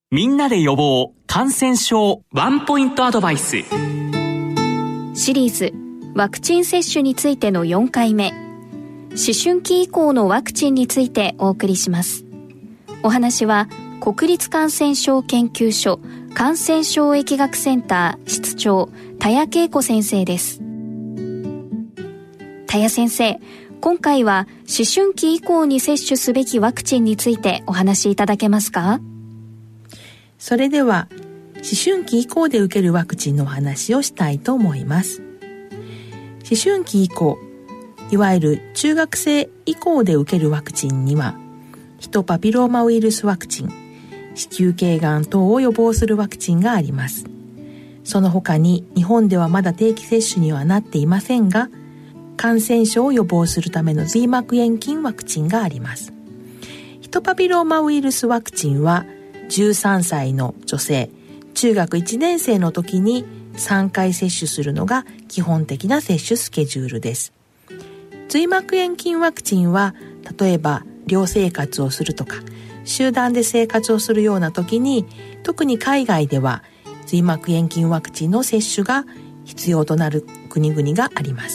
みんなで予防感染症ワンポイントアドバイスシリーズワクチン接種についての4回目、思春期以降のワクチンについてお送りします。お話は国立感染症研究所感染症疫学センター室長田谷恵子先生です。田谷先生、今回は思春期以降に接種すべきワクチンについてお話しいただけますか？ それでは思春期以降で受けるワクチンのお話をしたいと思います。思春期以降、いわゆる中学生以降で受けるワクチンには、ヒトパピローマウイルスワクチン、子宮頸がん等を予防するワクチンがあります。その他に日本ではまだ定期接種にはなっていませんが、感染症を予防するための髄膜炎菌ワクチンがあります。ヒトパピローマウイルスワクチンは13歳の女性、中学1年生の時に3回接種するのが基本的な接種スケジュールです。髄膜炎菌ワクチンは、例えば寮生活をするとか集団で生活をするような時に、特に海外では髄膜炎菌ワクチンの接種が必要となる国々があります。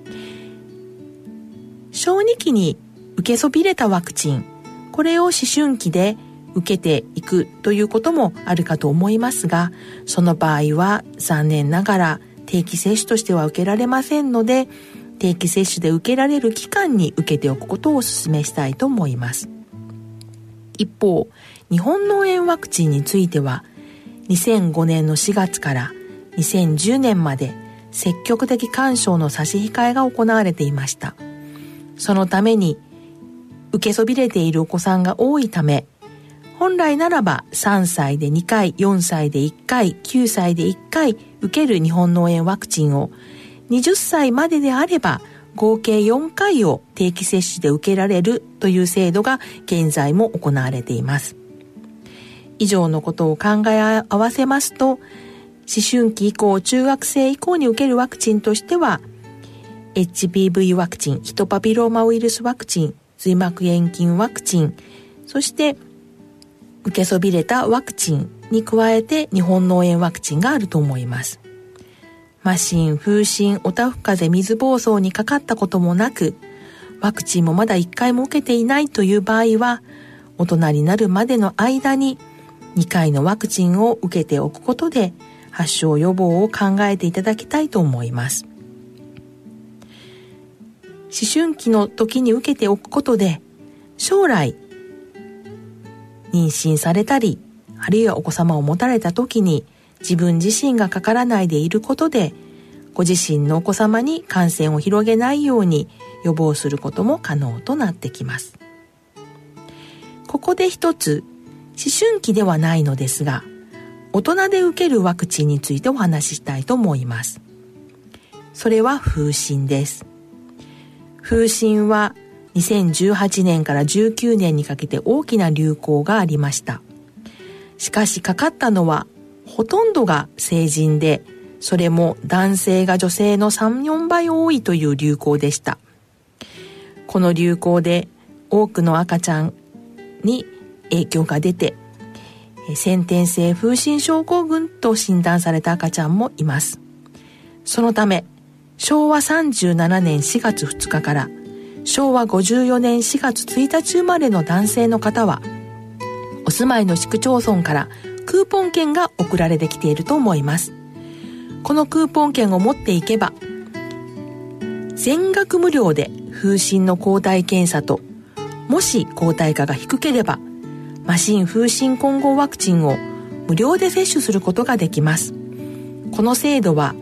小児期に受けそびれたワクチン、これを思春期で受けていくということもあるかと思いますが、その場合は残念ながら定期接種としては受けられませんので、定期接種で受けられる期間に受けておくことをお勧めしたいと思います。一方、日本脳炎ワクチンについては、2005年の4月から2010年まで積極的勧奨の差し控えが行われていました。そのために受けそびれているお子さんが多いため、本来ならば3歳で2回、4歳で1回、9歳で1回受ける日本脳炎ワクチンを20歳までであれば合計4回を定期接種で受けられるという制度が現在も行われています。以上のことを考え合わせますと、思春期以降、中学生以降に受けるワクチンとしては HPV ワクチン、ヒトパピローマウイルスワクチン、髄膜炎菌ワクチン、そして受けそびれたワクチンに加えて日本脳炎ワクチンがあると思います。麻疹、風疹、おたふかぜ、水疱瘡にかかったこともなく、ワクチンもまだ1回も受けていないという場合は、大人になるまでの間に2回のワクチンを受けておくことで発症予防を考えていただきたいと思います。思春期の時に受けておくことで、将来妊娠されたり、あるいはお子様を持たれた時に自分自身がかからないでいることで、ご自身のお子様に感染を広げないように予防することも可能となってきます。ここで一つ、思春期ではないのですが、大人で受けるワクチンについてお話ししたいと思います。それは風疹です。風疹は2018年から19年にかけて大きな流行がありました。しかしかかったのはほとんどが成人で、それも男性が女性の 3,4 倍多いという流行でした。この流行で多くの赤ちゃんに影響が出て、先天性風疹症候群と診断された赤ちゃんもいます。そのため昭和37年4月2日から昭和54年4月1日生まれの男性の方は、お住まいの市区町村からクーポン券が送られてきていると思います。このクーポン券を持っていけば、全額無料で風疹の抗体検査と、もし抗体価が低ければ麻疹風疹混合ワクチンを無料で接種することができます。この制度は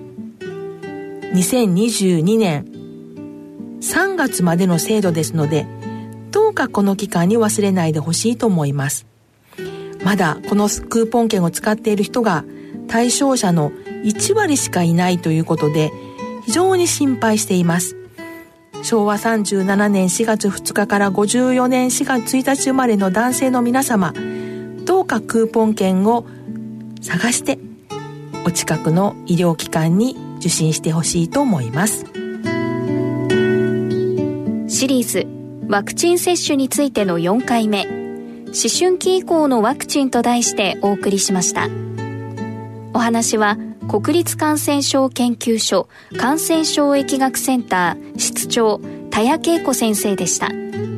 2022年3月までの制度ですので、どうかこの期間に忘れないでほしいと思います。まだこのクーポン券を使っている人が対象者の1割しかいないということで、非常に心配しています。昭和37年4月2日から54年4月1日生まれの男性の皆様、どうかクーポン券を探してお近くの医療機関に受診してほしいと思います。 シリーズワクチン接種についての4回目、思春期以降のワクチンと題してお送りしました。お話は国立感染症研究所感染症疫学センター室長田谷恵子先生でした。